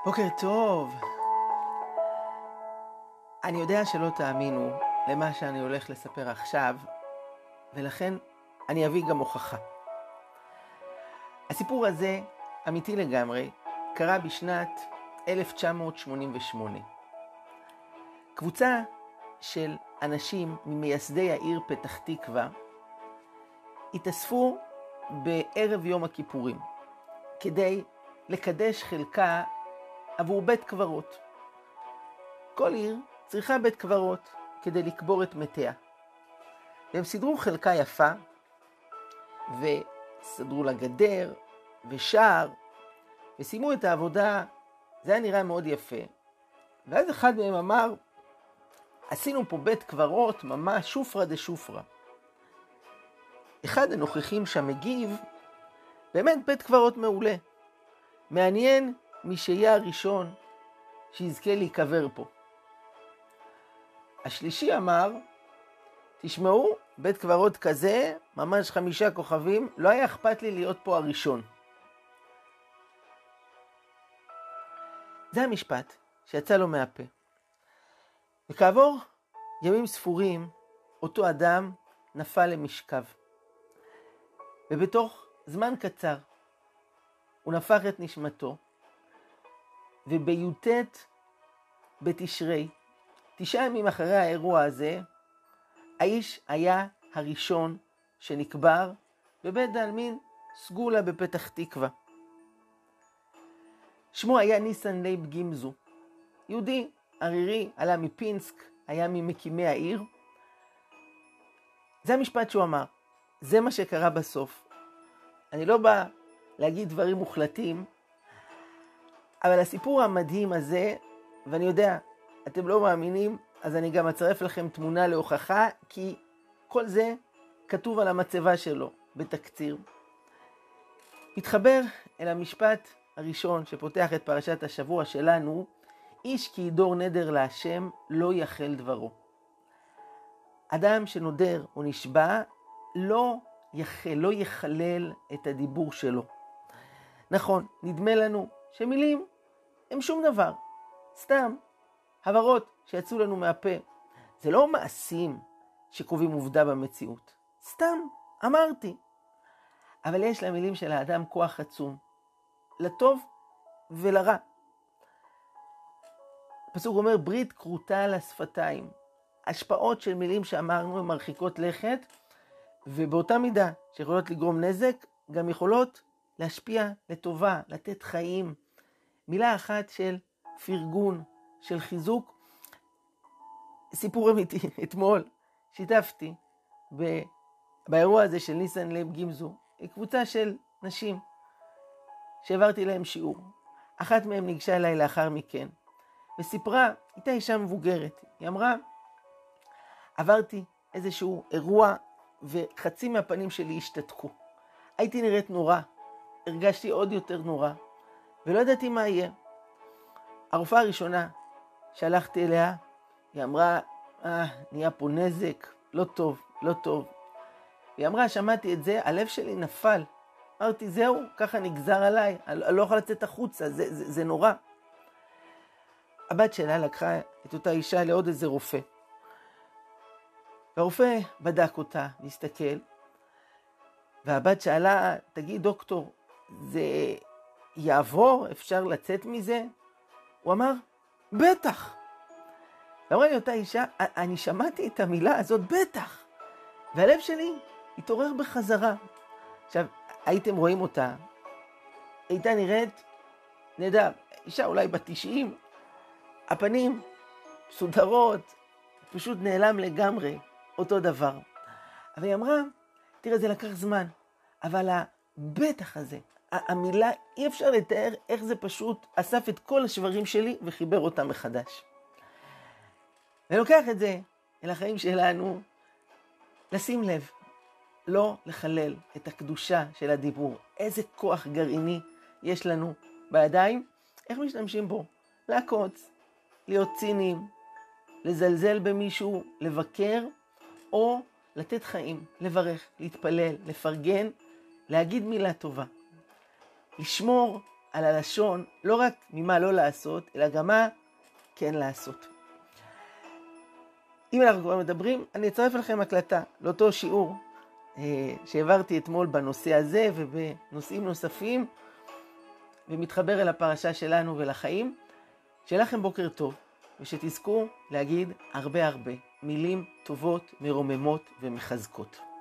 בוקר טוב. אני יודע שלא תאמינו למה שאני הולך לספר עכשיו, ולכן אני אביא גם הוכחה. הסיפור הזה אמיתי לגמרי, קרה בשנת 1988. קבוצה של אנשים ממייסדי העיר פתח תקווה התאספו בערב יום הכיפורים כדי לקדש חלקה עבור בית קברות. כל עיר צריכה בית קברות כדי לקבור את מתיה. והם סידרו חלקה יפה, וסדרו לה גדר ושער, וסיימו את העבודה. זה היה נראה מאוד יפה. ואז אחד מהם אמר, עשינו פה בית קברות ממש שופרה דה שופרה. אחד הנוכחים שם מגיב, באמת בית קברות מעולה. מעניין מי שיהיה הראשון שיזכה להיקבר פה. השלישי אמר, תשמעו, בית קברות כזה, ממש 5 כוכבים, לא היה אכפת לי להיות פה הראשון. זה המשפט שיצא לו מהפה. וכעבור ימים ספורים, אותו אדם נפל למשכב. ובתוך זמן קצר, הוא נפח את נשמתו, ובי"ט בתשרי, 9 ימים אחרי האירוע הזה, האיש היה הראשון שנקבר בבית העלמין סגולה בפתח תקווה. שמו היה ניסן לייב גימזו, יהודי ערירי, עלה מפינסק, היה ממקימי העיר. זה המשפט שהוא אמר, זה מה שקרה בסוף. אני לא בא להגיד דברים מוחלטים, אבל הסיפור המדהים הזה, ואני יודע, אתם לא מאמינים, אז אני גם אצרף לכם תמונה להוכחה, כי כל זה כתוב על המצבה שלו בתקציר. מתחבר אל המשפט הראשון שפותח את פרשת השבוע שלנו, איש כי ידור נדר להשם לא יחל דברו. אדם שנודר או נשבע לא יחלל את הדיבור שלו. נכון, נדמה לנו שמילים הם שום דבר, סתם הברות שיצאו לנו מהפה. זה לא מעשים שקובעים עובדה במציאות, סתם אמרתי. אבל יש למילים של האדם כוח עצום, לטוב ולרע. הפסוק אומר, ברית כרותה על השפתיים. השפעות של מילים שאמרנו הן מרחיקות לכת, ובאותה מידה שיכולות לגרום נזק, גם יכולות להשפיע לטובה, לתת חיים. מילה אחת של פרגון, של חיזוק. סיפור אמיתי, אתמול שיתפתי באירוע הזה של ניסן לייב גימזו, קבוצה של נשים שהעברתי להם שיעור. אחת מהם ניגשה אליי לאחר מכן, וסיפרה, הייתה אישה מבוגרת, היא אמרה, עברתי איזשהו אירוע, וחצי מהפנים שלי השתתקו. הייתי נראית נורא, הרגשתי עוד יותר נורא, ולא ידעתי מה יהיה. הרופאה הראשונה שהלכתי אליה, היא אמרה, נהיה פה נזק, לא טוב, לא טוב. היא אמרה, שמעתי את זה, הלב שלי נפל. אמרתי, זהו, ככה נגזר עליי, אני לא יכול לצאת החוצה, זה נורא. הבת שלה לקחה את אותה אישה לעוד איזה רופא. והרופא בדק אותה, מסתכל, והבת שאלה, תגיד דוקטור, זה יעבור? אפשר לצאת מזה? הוא אמר, בטח. ואמרה לי אותה אישה, אני שמעתי את המילה הזאת, בטח. והלב שלי התעורר בחזרה. עכשיו, הייתם רואים אותה, הייתה נראית נהדר, אישה אולי ב90, הפנים סודרות, פשוט נעלם לגמרי, אותו דבר. אבל היא אמרה, תראה, זה לקח זמן, אבל הבטח הזה, המילה, אי אפשר לתאר איך זה פשוט אסף את כל השברים שלי וחיבר אותם מחדש. ולוקח את זה אל החיים שלנו, לשים לב, לא לחלל את הקדושה של הדיבור. איזה כוח גרעיני יש לנו בידיים, איך משתמשים בו? לעקוץ, להיות ציניים, לזלזל במישהו, לבקר, או לתת חיים, לברך, להתפלל, לפרגן, להגיד מילה טובה. לשמור על הלשון, לא רק ממה לא לעשות, אלא גם מה כן לעשות. אם אנחנו כבר מדברים, אני אצרף לכם הקלטה לאותו שיעור שהעברתי אתמול בנושא הזה ובנושאים נוספים, ומתחבר אל הפרשה שלנו ולחיים. שיהיה לכם בוקר טוב, ושתזכו להגיד הרבה הרבה מילים טובות, מרוממות ומחזקות.